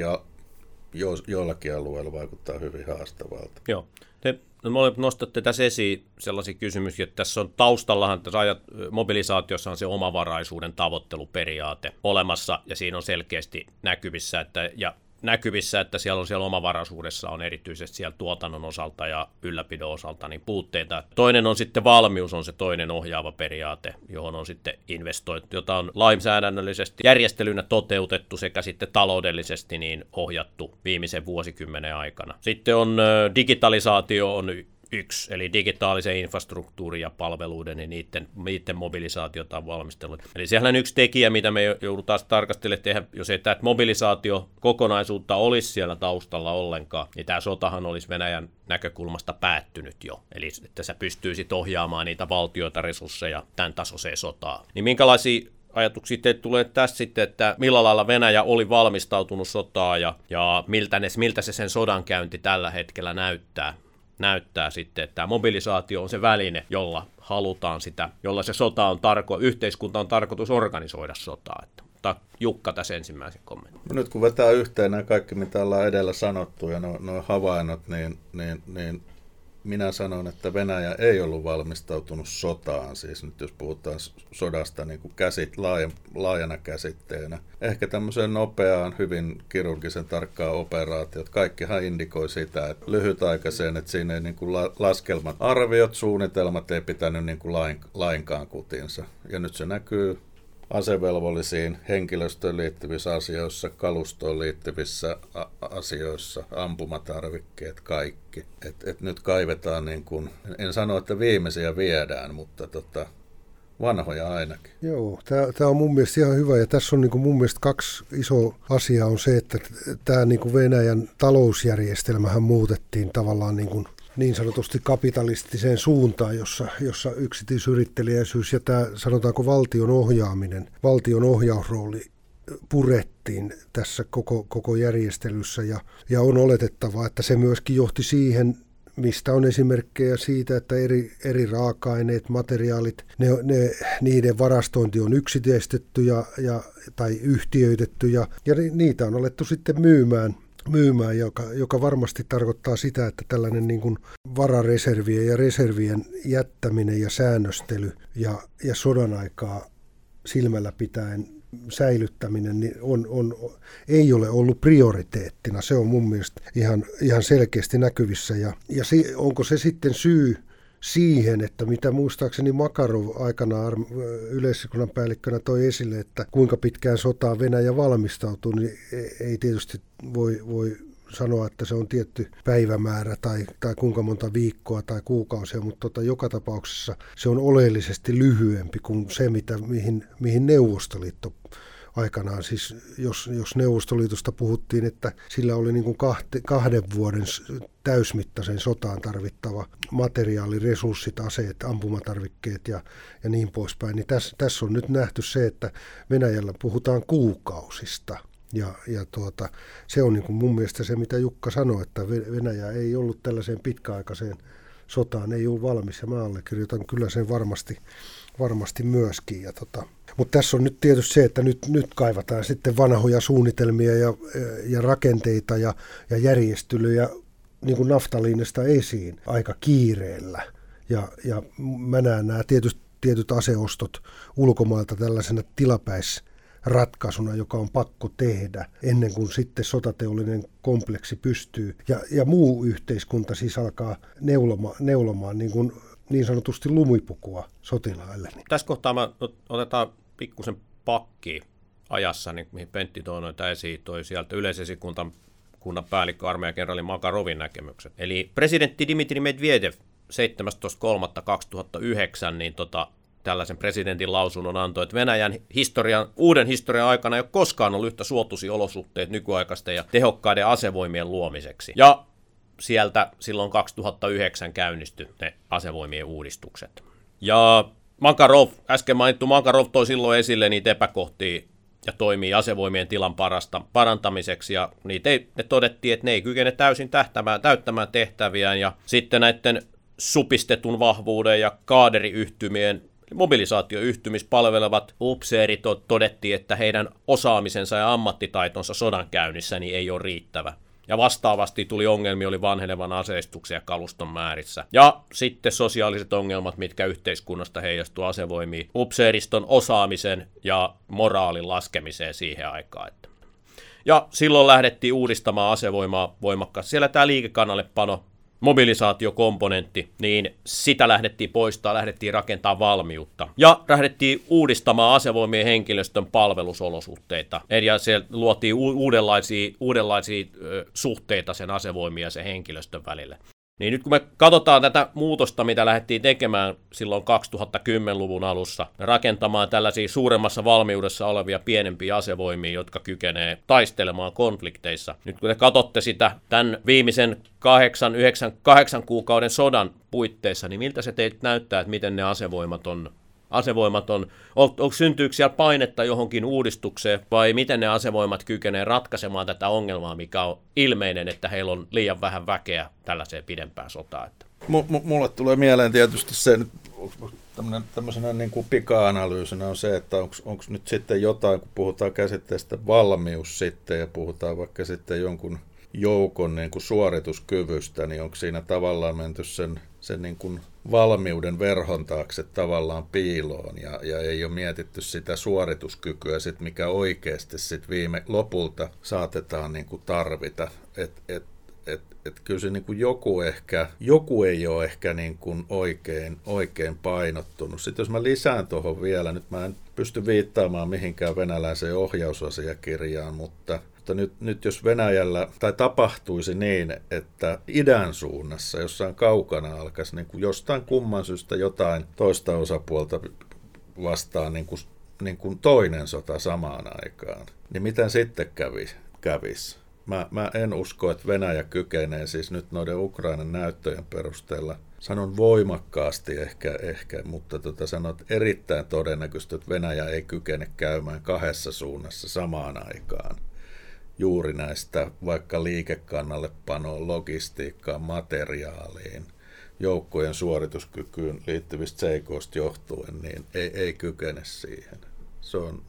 jo, joillakin alueilla vaikuttaa hyvin haastavalta. Joo. Te nostatte tässä esiin sellaisia kysymyksiä, että tässä on taustallahan, tässä ajat, mobilisaatiossa on se omavaraisuuden tavoitteluperiaate olemassa, ja siinä on selkeästi näkyvissä, että, ja näkyvissä, että siellä on siellä omavaraisuudessa on erityisesti siellä tuotannon osalta ja ylläpidon osalta niin puutteita. Toinen on sitten valmius, on se toinen ohjaava periaate, johon on sitten investoitu, jota on lainsäädännöllisesti järjestelynä toteutettu sekä sitten taloudellisesti niin ohjattu viimeisen vuosikymmenen aikana. Sitten on digitalisaatio on yksi, eli digitaalisen infrastruktuurin ja palveluiden, niin niiden, niiden mobilisaatiota on valmistellut. Eli sehän on yksi tekijä, mitä me joudutaan tarkastelemaan tehdä, jos ei tämä mobilisaatio kokonaisuutta olisi siellä taustalla ollenkaan, niin tämä sotahan olisi Venäjän näkökulmasta päättynyt jo. Eli että sä pystyisit ohjaamaan niitä valtioita, resursseja tämän tasoiseen sotaan. Niin minkälaisia ajatuksia teille tulee tässä sitten, että millä lailla Venäjä oli valmistautunut sotaan ja, ja miltä, ne, miltä se sen sodankäynti tällä hetkellä näyttää? näyttää sitten, että tämä mobilisaatio on se väline, jolla halutaan sitä, jolla se sota on tarko, yhteiskunta on tarkoitus organisoida sotaa. Että, mutta Jukka tässä ensimmäisen kommentin. No nyt kun vetää yhteen nämä kaikki, mitä ollaan edellä sanottu ja nuo no havainnot, niin, niin, niin minä sanon, että Venäjä ei ollut valmistautunut sotaan, siis nyt jos puhutaan sodasta niin kuin käsit, laaja, laajana käsitteenä. Ehkä tämmöiseen nopeaan, hyvin kirurgisen tarkkaan operaatiot, kaikkihan indikoi sitä, että lyhytaikaiseen, että siinä ei niin kuin laskelmat, arviot, suunnitelmat ei pitänyt niin kuin lain, lainkaan kutinsa. Ja nyt se näkyy asevelvollisiin, henkilöstöön liittyvissä asioissa, kalustoon liittyvissä a- asioissa, ampumatarvikkeet, kaikki. Et, et nyt kaivetaan, niin kun, en sano, että viimeisiä viedään, mutta tota, vanhoja ainakin. Joo, tämä on mun mielestä ihan hyvä, ja tässä on niin kuin mun mielestä kaksi isoa asiaa on se, että tämä niin kuin Venäjän talousjärjestelmähän muutettiin tavallaan niin kuin niin sanotusti kapitalistiseen suuntaan, jossa, jossa yksityisyrittelijäisyys ja tämä sanotaanko valtion ohjaaminen, valtion ohjausrooli purettiin tässä koko, koko järjestelyssä ja, ja on oletettavaa, että se myöskin johti siihen, mistä on esimerkkejä siitä, että eri, eri raaka-aineet, materiaalit, ne, ne, niiden varastointi on yksityistetty ja, ja, tai yhtiöitetty ja, ja niitä on alettu sitten myymään. myymään, joka, joka varmasti tarkoittaa sitä, että tällainen niin kuin varareservien ja reservien jättäminen ja säännöstely ja, ja sodan aikaa silmällä pitäen säilyttäminen niin on, on, ei ole ollut prioriteettina. Se on mun mielestä ihan, ihan selkeästi näkyvissä. Ja, ja si, onko se sitten syy siihen, että mitä muistaakseni Makarov aikanaan yleisesikunnan päällikkönä toi esille, että kuinka pitkään sotaa Venäjä valmistautuu, niin ei tietysti voi, voi sanoa, että se on tietty päivämäärä tai, tai kuinka monta viikkoa tai kuukausia, mutta tota, joka tapauksessa se on oleellisesti lyhyempi kuin se, mitä, mihin, mihin Neuvostoliitto aikanaan, siis jos, jos Neuvostoliitosta puhuttiin, että sillä oli niin kuin kahte, kahden vuoden täysmittaisen sotaan tarvittava materiaali, resurssit, aseet, ampumatarvikkeet ja, ja niin poispäin, niin tässä, tässä on nyt nähty se, että Venäjällä puhutaan kuukausista. Ja, ja tuota, se on niin kuin mun mielestä se, mitä Jukka sanoi, että Venäjä ei ollut tällaiseen pitkäaikaiseen sotaan, ei ollut valmis, ja mä allekirjoitan kyllä sen varmasti, varmasti myöskin. Ja tota, mutta tässä on nyt tietysti se, että nyt, nyt kaivataan sitten vanhoja suunnitelmia ja, ja rakenteita ja, ja järjestelyjä niin kuin naftaliinista esiin aika kiireellä. Ja, ja mä näen nämä tietyt, tietyt aseostot ulkomailta tällaisena tilapäisratkaisuna, joka on pakko tehdä ennen kuin sitten sotateollinen kompleksi pystyy. Ja, ja muu yhteiskunta siis alkaa neuloma, neulomaan niin, kuin, niin sanotusti lumipukua sotilaille. Tässä kohtaa me otetaan pikkusen pakki ajassa, niin mihin Pentti toi noita esiin, toi sieltä yleisesikunnan kunnan päällikkö armeijan kenraali Makarovin näkemykset. Eli presidentti Dmitri Medvedev seitsemästoista kolmatta kaksituhattayhdeksän niin tota, tällaisen presidentin lausunnon antoi, että Venäjän historian, uuden historian aikana ei ole koskaan ollut yhtä suotuisia olosuhteet nykyaikaisten ja tehokkaiden asevoimien luomiseksi. Ja sieltä silloin kaksituhattayhdeksän käynnistyi ne asevoimien uudistukset. Ja Makarov, äsken mainittu Makarov toi silloin esille niitä epäkohtia ja toimii asevoimien tilan parasta, parantamiseksi, ja niitä ei, ne todettiin, että ne ei kykene täysin tähtämään, täyttämään tehtäviään, ja sitten näiden supistetun vahvuuden ja kaaderiyhtymien, mobilisaatioyhtymispalvelevat upseerit todettiin, että heidän osaamisensa ja ammattitaitonsa sodankäynnissä niin ei ole riittävä. Ja vastaavasti tuli ongelmia, oli vanhenevan aseistuksen ja kaluston määrissä. Ja sitten sosiaaliset ongelmat, mitkä yhteiskunnasta heijastuu asevoimiin, upseeriston osaamisen ja moraalin laskemiseen siihen aikaan. Ja silloin lähdettiin uudistamaan asevoimaa voimakkaasti. Siellä tämä liikekannallepano, mobilisaatiokomponentti, niin sitä lähdettiin poistaa, lähdettiin rakentaa valmiutta. Ja lähdettiin uudistamaan asevoimien henkilöstön palvelusolosuhteita. Ja siellä luotiin uudenlaisia, uudenlaisia suhteita sen asevoimien ja sen henkilöstön välille. Niin nyt kun me katsotaan tätä muutosta, mitä lähdettiin tekemään silloin kaksituhattakymmenluvun alussa, rakentamaan tällaisia suuremmassa valmiudessa olevia pienempiä asevoimia, jotka kykenee taistelemaan konflikteissa. Nyt kun te katsotte sitä tämän viimeisen kahdeksan, yhdeksän, kahdeksan kuukauden sodan puitteissa, niin miltä se teitä näyttää, että miten ne asevoimat on Asevoimat on, on, on syntyykö siellä painetta johonkin uudistukseen vai miten ne asevoimat kykenee ratkaisemaan tätä ongelmaa, mikä on ilmeinen, että heillä on liian vähän väkeä tällaiseen pidempään sotaan? M- m- mulle tulee mieleen tietysti se, tämmöisenä niin kuin pika-analyysinä on se, että onko nyt sitten jotain, kun puhutaan käsitteestä valmius sitten ja puhutaan vaikka sitten jonkun joukon niin kuin suorituskyvystä, niin onko siinä tavallaan menty sen, sen niin kuin valmiuden verhon taakse tavallaan piiloon ja, ja ei ole mietitty sitä suorituskykyä, sit, mikä oikeasti sit viime lopulta saatetaan niin kuin tarvita. Et, et, et, et kyllä se niin kuin joku, ehkä, joku ei ole ehkä niin kuin oikein, oikein painottunut. Sitten jos mä lisään tuohon vielä, nyt mä en pysty viittaamaan mihinkään venäläiseen ohjausasiakirjaan, mutta Mutta nyt, nyt jos Venäjällä, tai tapahtuisi niin, että idän suunnassa jossain kaukana alkaisi niin kuin jostain kumman syystä jotain toista osapuolta vastaan niin kuin, niin kuin toinen sota samaan aikaan, niin miten sitten kävi, kävisi? Mä, mä en usko, että Venäjä kykenee siis nyt noiden Ukrainan näyttöjen perusteella, sanon voimakkaasti ehkä, ehkä mutta tota sanon, että erittäin todennäköistä, että Venäjä ei kykene käymään kahdessa suunnassa samaan aikaan. Juuri näistä vaikka liikekannallepanoon, logistiikkaan, materiaaliin, joukkojen suorituskykyyn liittyvistä seikoista johtuen, niin ei, ei kykene siihen. Se on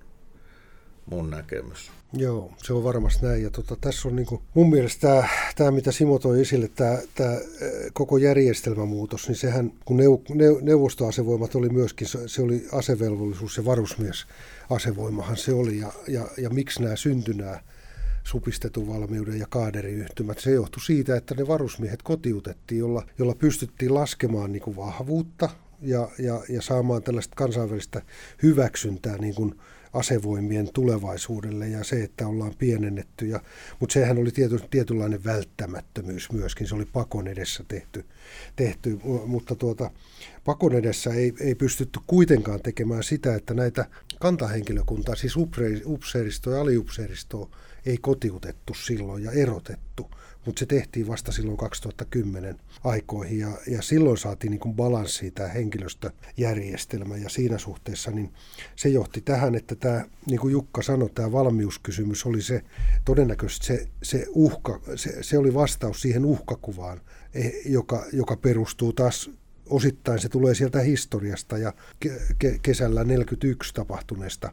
mun näkemys. Joo, se on varmasti näin. Ja tota, tässä on niin kuin, mun mielestä tämä, tämä, mitä Simo toi esille, tämä, tämä koko järjestelmämuutos, niin sehän, kun neuvostoasevoimat oli myöskin, se oli asevelvollisuus ja varusmiesasevoimahan se oli, ja, ja, ja miksi nämä syntyi nämä supistetun valmiuden ja kaaderiyhtymät. Se johtui siitä, että ne varusmiehet kotiutettiin, jolla, jolla pystyttiin laskemaan niin kuin vahvuutta ja, ja, ja saamaan tällaista kansainvälistä hyväksyntää niin kuin asevoimien tulevaisuudelle ja se, että ollaan pienennetty. Ja, mutta sehän oli tiety, tietynlainen välttämättömyys myöskin. Se oli pakon edessä tehty, tehty, mutta tuota, pakon edessä ei, ei pystytty kuitenkaan tekemään sitä, että näitä kantahenkilökuntaa, siis upseeristoa ja aliupseeristoa, ei kotiutettu silloin ja erotettu, mutta se tehtiin vasta silloin kaksituhattakymmenen aikoihin ja, ja silloin saatiin niin kuin balanssi tämä henkilöstöjärjestelmä ja siinä suhteessa niin se johti tähän, että tämä, niin kuin Jukka sanoi, tämä valmiuskysymys oli se todennäköisesti se, se uhka, se, se oli vastaus siihen uhkakuvaan, joka, joka perustuu taas osittain, se tulee sieltä historiasta ja ke, kesällä neljäkymmentäyksi tapahtuneesta,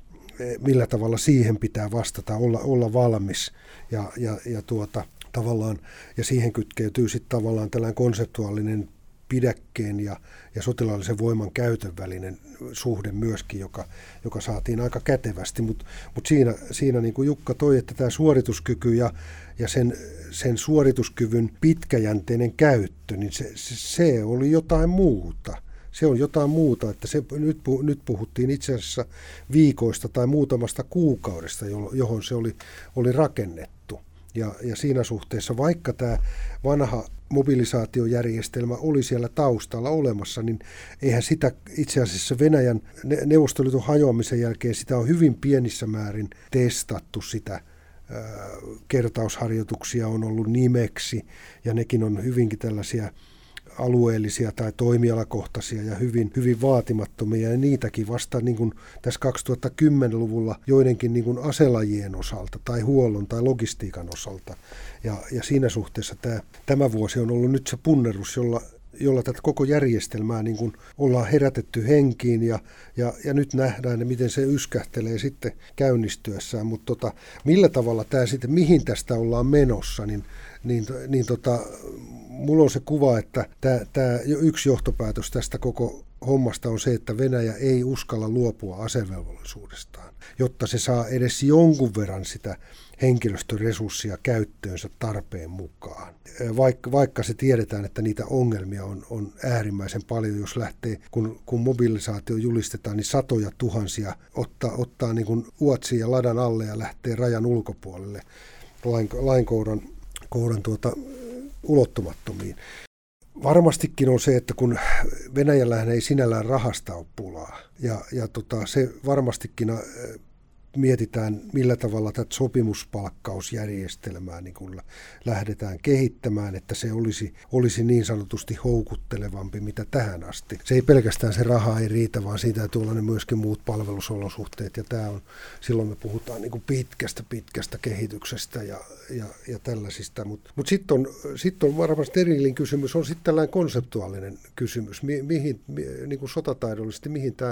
millä tavalla siihen pitää vastata, olla, olla valmis ja, ja, ja, tuota, tavallaan, ja siihen kytkeytyy sitten tavallaan tällainen konseptuaalinen pidäkkeen ja, ja sotilaallisen voiman käytön välinen suhde myöskin, joka, joka saatiin aika kätevästi, mutta mut siinä, siinä niin kuin Jukka toi, että tämä suorituskyky ja, ja sen, sen suorituskyvyn pitkäjänteinen käyttö, niin se, se oli jotain muuta. Se on jotain muuta, että se, nyt, nyt puhuttiin itse asiassa viikoista tai muutamasta kuukaudesta, johon se oli, oli rakennettu. Ja, ja siinä suhteessa, vaikka tämä vanha mobilisaatiojärjestelmä oli siellä taustalla olemassa, niin eihän sitä itse asiassa Venäjän Neuvostoliiton hajoamisen jälkeen sitä on hyvin pienissä määrin testattu sitä. Kertausharjoituksia on ollut nimeksi ja nekin on hyvinkin tällaisia alueellisia tai toimialakohtaisia ja hyvin, hyvin vaatimattomia, ja niitäkin vasta niin kuin tässä kaksituhattakymmenluvulla joidenkin niin kuin aselajien osalta tai huollon tai logistiikan osalta. Ja, ja siinä suhteessa tämä, tämä vuosi on ollut nyt se punnerus, jolla, jolla tätä koko järjestelmää niin kuin ollaan herätetty henkiin, ja, ja, ja nyt nähdään, miten se yskähtelee sitten käynnistyessään. Mutta tota, millä tavalla tämä sitten, mihin tästä ollaan menossa, niin, niin, niin tota, mulla on se kuva, että tämä, tämä yksi johtopäätös tästä koko hommasta on se, että Venäjä ei uskalla luopua asevelvollisuudestaan, jotta se saa edes jonkun verran sitä henkilöstöresurssia käyttöönsä tarpeen mukaan. Vaikka, vaikka se tiedetään, että niitä ongelmia on, on äärimmäisen paljon, jos lähtee, kun, kun mobilisaatio julistetaan, niin satoja tuhansia ottaa, ottaa niin kuin uotsia ja ladan alle ja lähtee rajan ulkopuolelle lainkouran kouran tuota, ulottumattomiin. Varmastikin on se, että kun Venäjällähän ei sinällään rahasta ole pulaa, ja, ja tota, se varmastikin mietitään, millä tavalla tätä sopimuspalkkausjärjestelmää niin kun lähdetään kehittämään, että se olisi, olisi niin sanotusti houkuttelevampi mitä tähän asti. Se ei pelkästään se raha ei riitä, vaan siitä täytyy olla ne myöskin muut palvelusolosuhteet, ja tämä on, silloin me puhutaan niin kuin pitkästä, pitkästä kehityksestä ja, ja, ja tällaisista. Mutta mut sitten on, sit on varmasti erillinen kysymys, on sitten tällainen konseptuaalinen kysymys, mi, mihin, mi, niin kuin sotataidollisesti, mihin tämä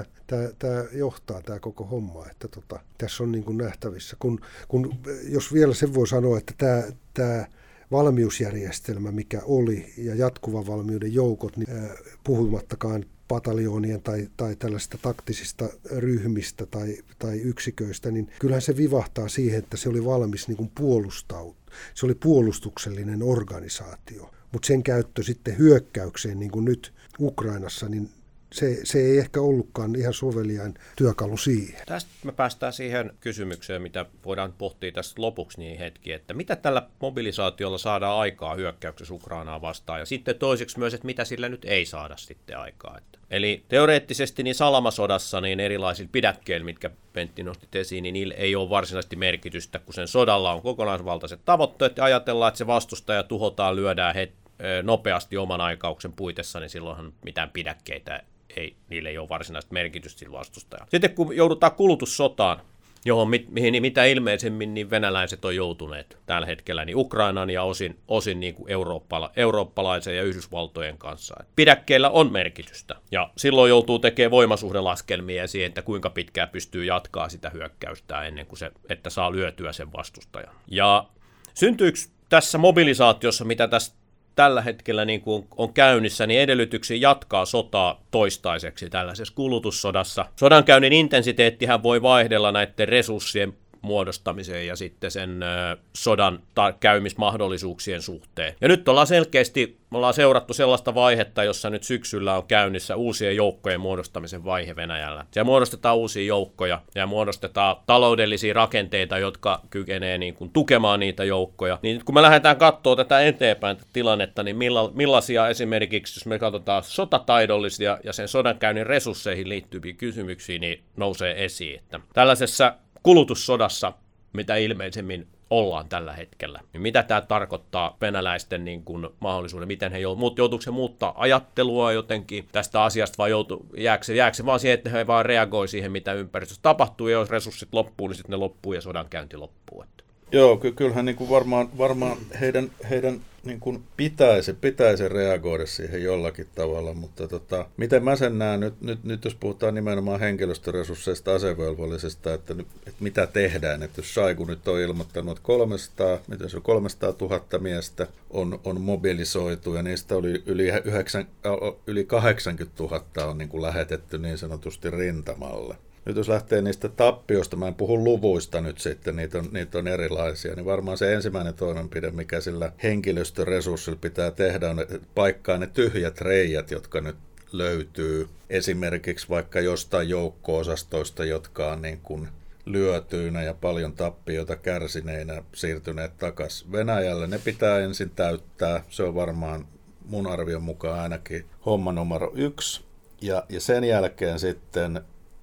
johtaa tämä koko homma, että tota, tässä on niin kuin nähtävissä. Kun, kun, jos vielä sen voi sanoa, että tämä, tämä valmiusjärjestelmä, mikä oli, ja jatkuvan valmiuden joukot, niin äh, puhumattakaan pataljoonien tai, tai tällaisista taktisista ryhmistä tai, tai yksiköistä, niin kyllähän se vivahtaa siihen, että se oli valmis niin kuin puolustautua. Se oli puolustuksellinen organisaatio, mutta sen käyttö sitten hyökkäykseen, niin kuin nyt Ukrainassa, niin Se, se ei ehkä ollutkaan ihan soveliain työkalu siihen. Tästä me päästään siihen kysymykseen, mitä voidaan pohtia tässä lopuksi niin hetki, että mitä tällä mobilisaatiolla saadaan aikaa hyökkäyksessä Ukrainaa vastaan, ja sitten toiseksi myös, että mitä sillä nyt ei saada sitten aikaa. Eli teoreettisesti niin salamasodassa niin erilaisilla pidäkkeillä, mitkä Pentti nostit esiin, niin niillä ei ole varsinaisesti merkitystä, kun sen sodalla on kokonaisvaltaiset tavoitteet, ja ajatellaan, että se vastustaja tuhotaan, lyödään he, nopeasti oman aikauksen puitessa, niin silloinhan mitään pidäkkeitä ei, niille ei ole varsinaista merkitystä sillä vastustajalla. Sitten kun joudutaan kulutussotaan, johon mit, mihin mitä ilmeisemmin niin venäläiset on joutuneet tällä hetkellä, niin Ukrainan ja osin, osin niin kuin eurooppala, eurooppalaisen ja Yhdysvaltojen kanssa. Pidäkkeillä on merkitystä, ja silloin joutuu tekemään voimasuhdelaskelmia siihen, että kuinka pitkään pystyy jatkaa sitä hyökkäystä ennen kuin se, että saa lyötyä sen vastustajan. Ja syntyykö tässä mobilisaatiossa, mitä tässä tällä hetkellä niin kuin on käynnissä, niin edellytyksiä jatkaa sotaa toistaiseksi tällaisessa kulutussodassa. Sodankäynnin intensiteettihän voi vaihdella näiden resurssien muodostamiseen ja sitten sen ö, sodan ta- käymismahdollisuuksien suhteen. Ja nyt ollaan selkeästi, me ollaan seurattu sellaista vaihetta, jossa nyt syksyllä on käynnissä uusien joukkojen muodostamisen vaihe Venäjällä. Siellä muodostetaan uusia joukkoja ja muodostetaan taloudellisia rakenteita, jotka kykenee niin kuin tukemaan niitä joukkoja. Niin nyt kun me lähdetään katsoa tätä eteenpäin tätä tilannetta, niin milla, millaisia esimerkiksi, jos me katsotaan sotataidollisia ja sen sodankäynnin resursseihin liittyviä kysymyksiä, niin nousee esiin. Että tällaisessa kulutussodassa, mitä ilmeisemmin ollaan tällä hetkellä. Niin mitä tämä tarkoittaa venäläisten niin kuin mahdollisuuden, miten he joutuvat, joutuuko he muuttaa ajattelua jotenkin tästä asiasta, vai joutu, jääkö, se, jääkö se vaan siihen, että he vaan reagoi siihen, mitä ympäristössä tapahtuu, ja jos resurssit loppuu, niin sitten ne loppuu ja sodankäynti loppuu. Joo, ky- kyllähän niin kuin varmaan, varmaan heidän, heidän niin kuin pitäisi, pitäisi reagoida siihen jollakin tavalla, mutta tota, miten mä sen näen nyt, nyt, nyt jos puhutaan nimenomaan henkilöstöresursseista, asevelvollisesta, että, että mitä tehdään, että jos Šoigu nyt on ilmoittanut, että kolmesataa, miten se on, kolmesataatuhatta miestä on, on mobilisoitu ja niistä oli yli, yhdeksän, yli kahdeksankymmentätuhatta on niin kuin lähetetty niin sanotusti rintamalle. Nyt jos lähtee niistä tappioista, mä en puhu luvuista nyt sitten, niitä on, niitä on erilaisia, niin varmaan se ensimmäinen toimenpide, mikä sillä henkilöstöresurssilla pitää tehdä, on paikkaa ne tyhjät reijät, jotka nyt löytyy esimerkiksi vaikka jostain joukko-osastoista, jotka on niin kuin lyötyinä ja paljon tappioita kärsineinä siirtyneet takaisin Venäjälle. Ne pitää ensin täyttää, se on varmaan mun arvion mukaan ainakin homma numero yksi, ja, ja sen jälkeen sitten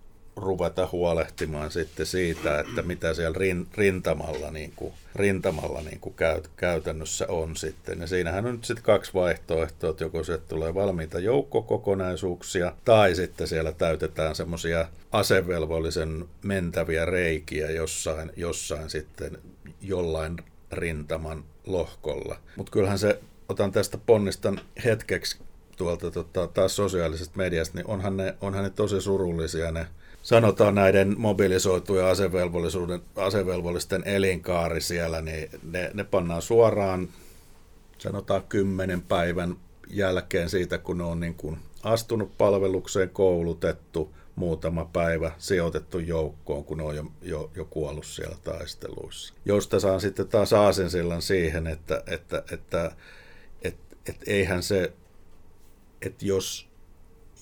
ruveta huolehtimaan sitten siitä, että mitä siellä rintamalla, niin kuin, rintamalla niin kuin käyt, käytännössä on sitten. Ja siinähän on nyt sitten kaksi vaihtoehtoa, että joko sieltä tulee valmiita joukkokokonaisuuksia, tai sitten siellä täytetään semmoisia asevelvollisen mentäviä reikiä jossain, jossain sitten jollain rintaman lohkolla. Mutta kyllähän se, otan tästä ponnistan hetkeksi tuolta tota, taas sosiaalisesta mediasta, niin onhan ne, onhan ne tosi surullisia ne, sanotaan näiden mobilisoituja asevelvollisuuden, asevelvollisten elinkaari siellä, niin ne, ne pannaan suoraan, sanotaan kymmenen päivän jälkeen siitä, kun ne on niin kuin astunut palvelukseen, koulutettu, muutama päivä sijoitettu joukkoon, kun ne on jo, jo, jo kuollut siellä taisteluissa. Josta saan sitten taas aasinsillan siihen, että, että, että et, et eihän se, että jos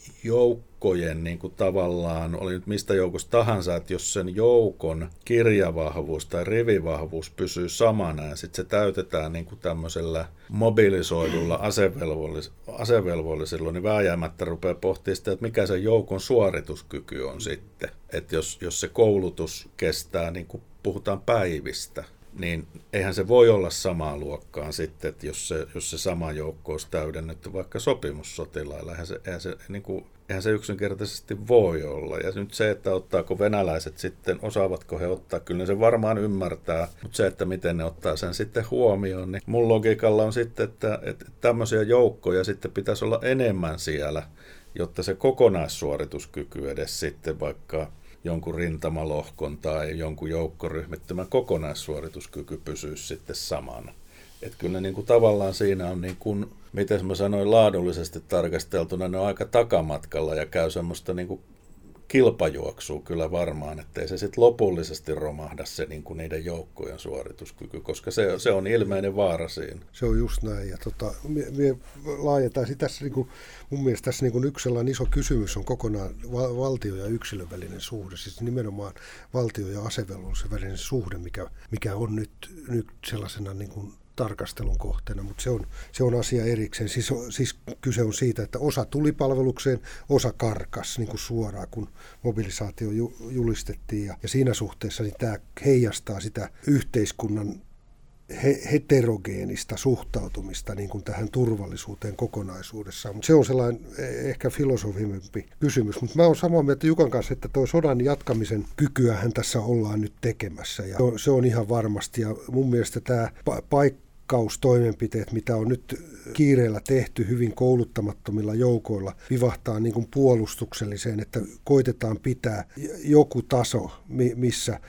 joukkojen niin kuin tavallaan, oli nyt mistä joukosta tahansa, että jos sen joukon kirjavahvuus tai rivivahvuus pysyy samana ja sitten se täytetään niin kuin tämmöisellä mobilisoidulla asevelvollis- asevelvollisilla, niin vääjäämättä rupeaa pohtimaan sitä, että mikä se joukon suorituskyky on sitten. Että jos, jos se koulutus kestää, niin kuin puhutaan päivistä, niin eihän se voi olla samaa luokkaan sitten, että jos se, jos se sama joukko olisi täydennetty vaikka sopimussotilailla, eihän se, eihän, se, niin kuin, eihän se yksinkertaisesti voi olla. Ja nyt se, että ottaako venäläiset sitten, osaavatko he ottaa, kyllä ne se varmaan ymmärtää, mutta se, että miten ne ottaa sen sitten huomioon, niin mun logiikalla on sitten, että, että tämmöisiä joukkoja sitten pitäisi olla enemmän siellä, jotta se kokonaissuorituskyky edes sitten vaikka jonkun rintamalohkon tai jonkun joukkoryhmittymän kokonaissuorituskyky pysyy sitten samana. Että kyllä niin kuin tavallaan siinä on, niin kuin, miten mä sanoin, laadullisesti tarkasteltuna, ne on aika takamatkalla ja käy semmoista niin kuin kilpajuoksua kyllä varmaan, ettei se sitten lopullisesti romahda se niin kuin niiden joukkojen suorituskyky, koska se, se on ilmeinen vaara siinä. Se on just näin. Ja tota, me, me laajentaisiin tässä, niin kuin, mun mielestä tässä niin kuin yksi sellainen iso kysymys on kokonaan val, valtio- ja yksilön välinen suhde, siis nimenomaan valtio- ja asevelvollisen välinen suhde, mikä, mikä on nyt, nyt sellaisena niin kuin tarkastelun kohteena, mutta se on, se on asia erikseen. Siis, siis kyse on siitä, että osa tuli palvelukseen, osa karkas niin kuin suoraan, kun mobilisaatio ju, julistettiin. Ja, ja siinä suhteessa niin tämä heijastaa sitä yhteiskunnan he, heterogeenista suhtautumista niin kuin tähän turvallisuuteen kokonaisuudessaan. Mutta se on sellainen ehkä filosofimempi kysymys. Mutta mä oon samaa mieltä Jukan kanssa, että tuo sodan jatkamisen kykyähän tässä ollaan nyt tekemässä. Ja se on ihan varmasti. Ja mun mielestä tämä paikka, toimenpiteet, mitä on nyt kiireellä tehty hyvin kouluttamattomilla joukoilla, vivahtaa niin kuin puolustukselliseen, että koitetaan pitää joku taso, missä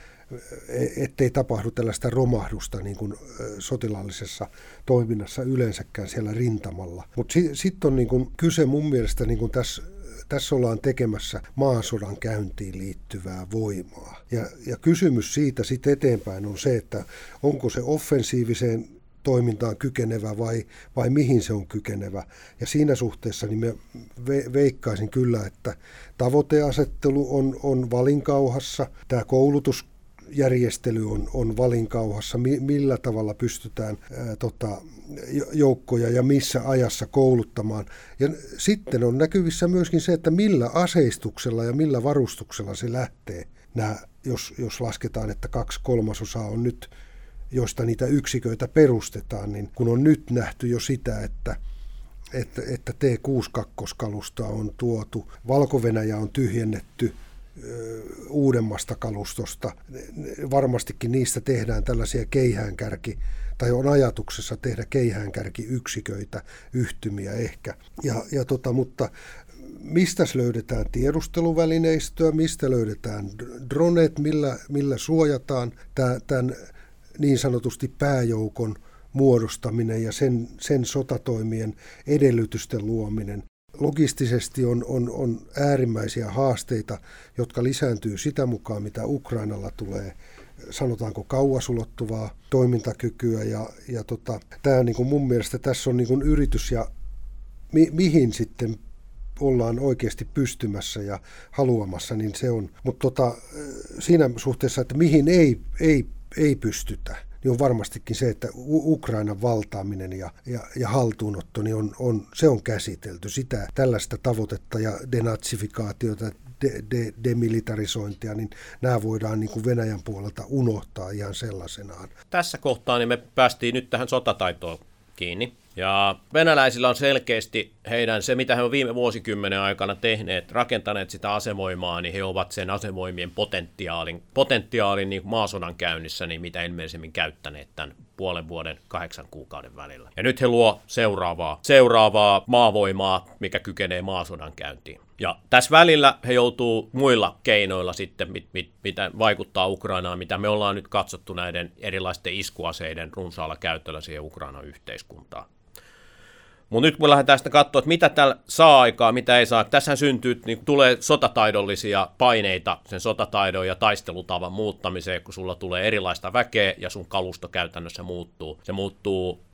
ettei tapahdu tällaista romahdusta niin kuin sotilaallisessa toiminnassa yleensäkään siellä rintamalla. Mutta sitten sit on niin kuin kyse mun mielestä niin kuin tässä Tässä ollaan tekemässä maasodan käyntiin liittyvää voimaa. Ja, ja kysymys siitä sitten eteenpäin on se, että onko se offensiiviseen toimintaan kykenevä vai, vai mihin se on kykenevä. Ja siinä suhteessa niin me ve, veikkaisin kyllä, että tavoiteasettelu on, on valinkauhassa. Tämä koulutusjärjestely on, on valinkauhassa, mi, millä tavalla pystytään ää, tota, joukkoja ja missä ajassa kouluttamaan. Ja sitten on näkyvissä myöskin se, että millä aseistuksella ja millä varustuksella se lähtee. Nämä, jos, jos lasketaan, että kaksi kolmasosaa on nyt, josta niitä yksiköitä perustetaan, niin kun on nyt nähty jo sitä, että, että, että T kuusikymmentäkaksi-kalusta on tuotu, Valko-Venäjä on tyhjennetty ö, uudemmasta kalustosta, varmastikin niistä tehdään tällaisia keihäänkärki, tai on ajatuksessa tehdä keihäänkärkiyksiköitä, yhtymiä ehkä, ja, ja tota, mutta mistä löydetään tiedusteluvälineistöä, mistä löydetään dronet, millä, millä suojataan tämän niin sanotusti pääjoukon muodostaminen ja sen, sen sotatoimien edellytysten luominen. Logistisesti on, on, on äärimmäisiä haasteita, jotka lisääntyy sitä mukaan, mitä Ukrainalla tulee, sanotaanko kauasulottuvaa toimintakykyä. Ja, ja tota, tämä niin kuin mun mielestä tässä on niin kuin yritys ja mi, mihin sitten ollaan oikeasti pystymässä ja haluamassa, niin se on. Mutta tota, siinä suhteessa, että mihin ei, ei ei pystytä, niin on varmastikin se, että Ukrainan valtaaminen ja, ja, ja haltuunotto, niin on, on, se on käsitelty. Sitä tällaista tavoitetta ja denatsifikaatiota, de, de, demilitarisointia, niin nämä voidaan niin kuin Venäjän puolelta unohtaa ihan sellaisenaan. Tässä kohtaa niin me päästiin nyt tähän sotataitoon kiinni. Ja venäläisillä on selkeästi heidän, se mitä he on viime vuosikymmenen aikana tehneet, rakentaneet sitä asevoimaa, niin he ovat sen asevoimien potentiaalin, potentiaalin niin maasodan käynnissä, niin mitä ilmeisemmin käyttäneet tämän puolen vuoden kahdeksan kuukauden välillä. Ja nyt he luo seuraavaa, seuraavaa maavoimaa, mikä kykenee maasodan käyntiin. Ja tässä välillä he joutuu muilla keinoilla sitten, mit, mit, mitä vaikuttaa Ukrainaan, mitä me ollaan nyt katsottu näiden erilaisten iskuaseiden runsaalla käytöllä siihen Ukrainan yhteiskuntaan. Mutta nyt kun lähdetään sitä katsoa, että mitä täällä saa aikaa, mitä ei saa. Tässähän syntyy, niin tulee sotataidollisia paineita sen sotataidon ja taistelutavan muuttamiseen, kun sulla tulee erilaista väkeä ja sun kalusto käytännössä muuttuu. Se muuttuu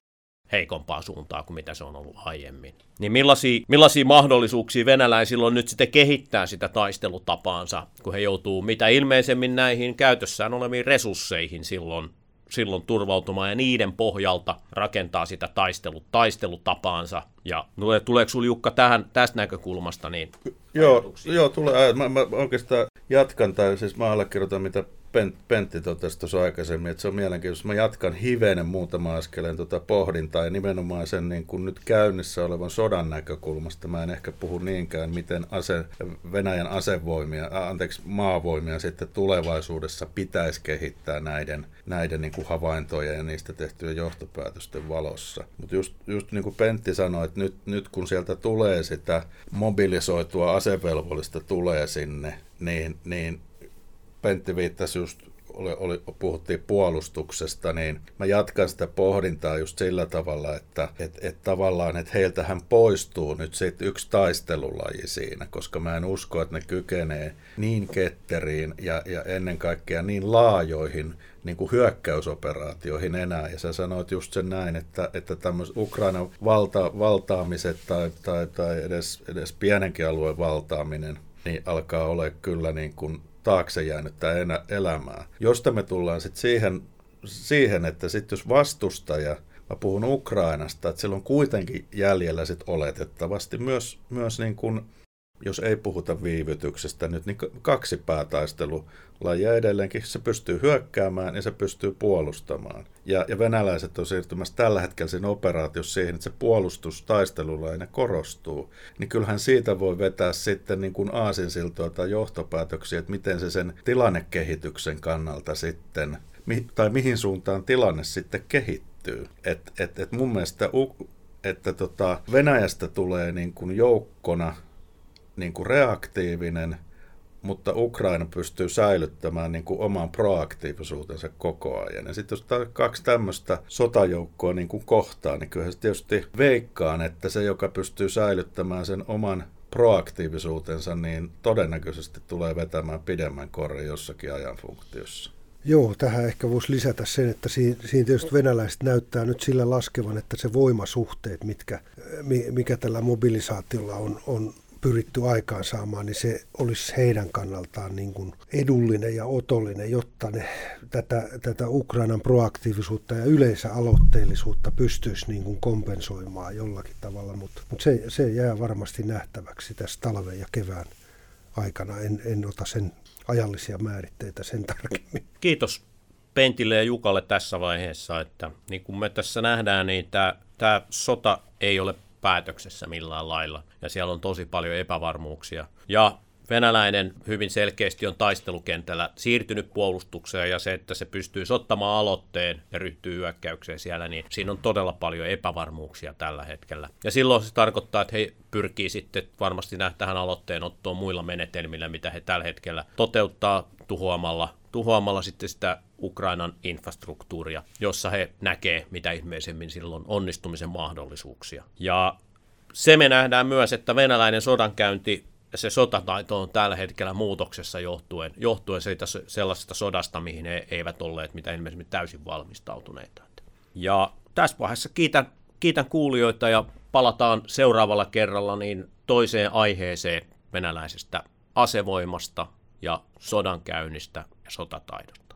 heikompaa suuntaa kuin mitä se on ollut aiemmin. Niin millaisia, millaisia mahdollisuuksia venäläisillä on nyt sitten kehittää sitä taistelutapaansa, kun he joutuu mitä ilmeisemmin näihin käytössään oleviin resursseihin silloin, silloin turvautumaan ja niiden pohjalta rakentaa sitä taistelut, taistelutapaansa. Ja tuleeko sinulla, Jukka, tähän, tästä näkökulmasta niin Joo, joo tulee. Mä, mä oikeastaan jatkan, tai siis mä allekirjoitan, mitä Pentti totesi tuossa aikaisemmin, että se on mielenkiintoista. Mä jatkan hivenen muutama askeleen tuota pohdintaa ja nimenomaan sen niin kuin nyt käynnissä olevan sodan näkökulmasta. Mä en ehkä puhu niinkään, miten ase, Venäjän asevoimia, anteeksi, maavoimia sitten tulevaisuudessa pitäisi kehittää näiden, näiden niin kuin havaintojen ja niistä tehtyjen johtopäätösten valossa. Mutta just, just niin kuin Pentti sanoi, että nyt, nyt kun sieltä tulee sitä mobilisoitua asevelvollista tulee sinne, niin, niin Pentti viittasi just, oli, oli, puhuttiin puolustuksesta, niin mä jatkan sitä pohdintaa just sillä tavalla, että et, et tavallaan, että heiltähän poistuu nyt sit yksi taistelulaji siinä, koska mä en usko, että ne kykenee niin ketteriin ja, ja ennen kaikkea niin laajoihin niin kuin hyökkäysoperaatioihin enää. Ja sä sanoit just sen näin, että, että tämmöiset Ukrainan valta, valtaamiset tai, tai, tai edes, edes pienenkin alueen valtaaminen, niin alkaa olla kyllä niin kuin taakse jäänyttä elämää. Josta me tullaan sitten siihen, siihen, että sitten jos vastustaja, mä puhun Ukrainasta, että sillä on kuitenkin jäljellä sitten oletettavasti myös, myös niin kuin, jos ei puhuta viivytyksestä nyt, niin kaksi päätaistelulajia edelleenkin. Se pystyy hyökkäämään ja se pystyy puolustamaan. Ja, ja venäläiset on siirtymässä tällä hetkellä siinä operaatiossa siihen, että se puolustustaistelulainen korostuu. Niin kyllähän siitä voi vetää sitten niin kuin aasinsiltoa tai johtopäätöksiä, että miten se sen tilannekehityksen kannalta sitten, tai mihin suuntaan tilanne sitten kehittyy. Et, et, et mun mielestä että tota, Venäjästä tulee niin kuin joukkona niin kuin reaktiivinen, mutta Ukraina pystyy säilyttämään niin kuin oman proaktiivisuutensa koko ajan. Ja sitten jos kaksi tämmöistä sotajoukkoa niin kuin kohtaa, niin kyllä se tietysti veikkaan, että se, joka pystyy säilyttämään sen oman proaktiivisuutensa, niin todennäköisesti tulee vetämään pidemmän korren jossakin ajanfunktiossa. Joo, tähän ehkä voisi lisätä sen, että siinä, siinä tietysti venäläiset näyttää nyt sillä laskevan, että se voimasuhteet, mitkä, mikä tällä mobilisaatiolla on, on pyritty aikaansaamaan, niin se olisi heidän kannaltaan niin kuin edullinen ja otollinen, jotta ne tätä, tätä Ukrainan proaktiivisuutta ja yleensä aloitteellisuutta pystyisi niin kuin kompensoimaan jollakin tavalla, mutta, mutta se, se jää varmasti nähtäväksi tässä talven ja kevään aikana. En, en ota sen ajallisia määritteitä sen tarkemmin. Kiitos Pentille ja Jukalle tässä vaiheessa, että niin kuin me tässä nähdään, niin tämä, tämä sota ei ole päätöksessä millään lailla, ja siellä on tosi paljon epävarmuuksia. Ja venäläinen hyvin selkeästi on taistelukentällä siirtynyt puolustukseen, ja se, että se pystyy ottamaan aloitteen ja ryhtyy hyökkäykseen siellä, niin siinä on todella paljon epävarmuuksia tällä hetkellä. Ja silloin se tarkoittaa, että he pyrkii sitten varmasti tähän aloitteenottoon muilla menetelmillä, mitä he tällä hetkellä toteuttaa tuhoamalla, tuhoamalla sitten sitä Ukrainan infrastruktuuria, jossa he näkee mitä ihmeisemmin silloin onnistumisen mahdollisuuksia. Ja se me nähdään myös, että venäläinen sodankäynti ja se sotataito on tällä hetkellä muutoksessa johtuen, johtuen siitä sellaisesta sodasta, mihin he eivät olleet mitä ilmeisesti täysin valmistautuneita. Ja tässä vaiheessa kiitän, kiitän kuulijoita ja palataan seuraavalla kerralla niin toiseen aiheeseen venäläisestä asevoimasta ja sodankäynnistä ja sotataidosta.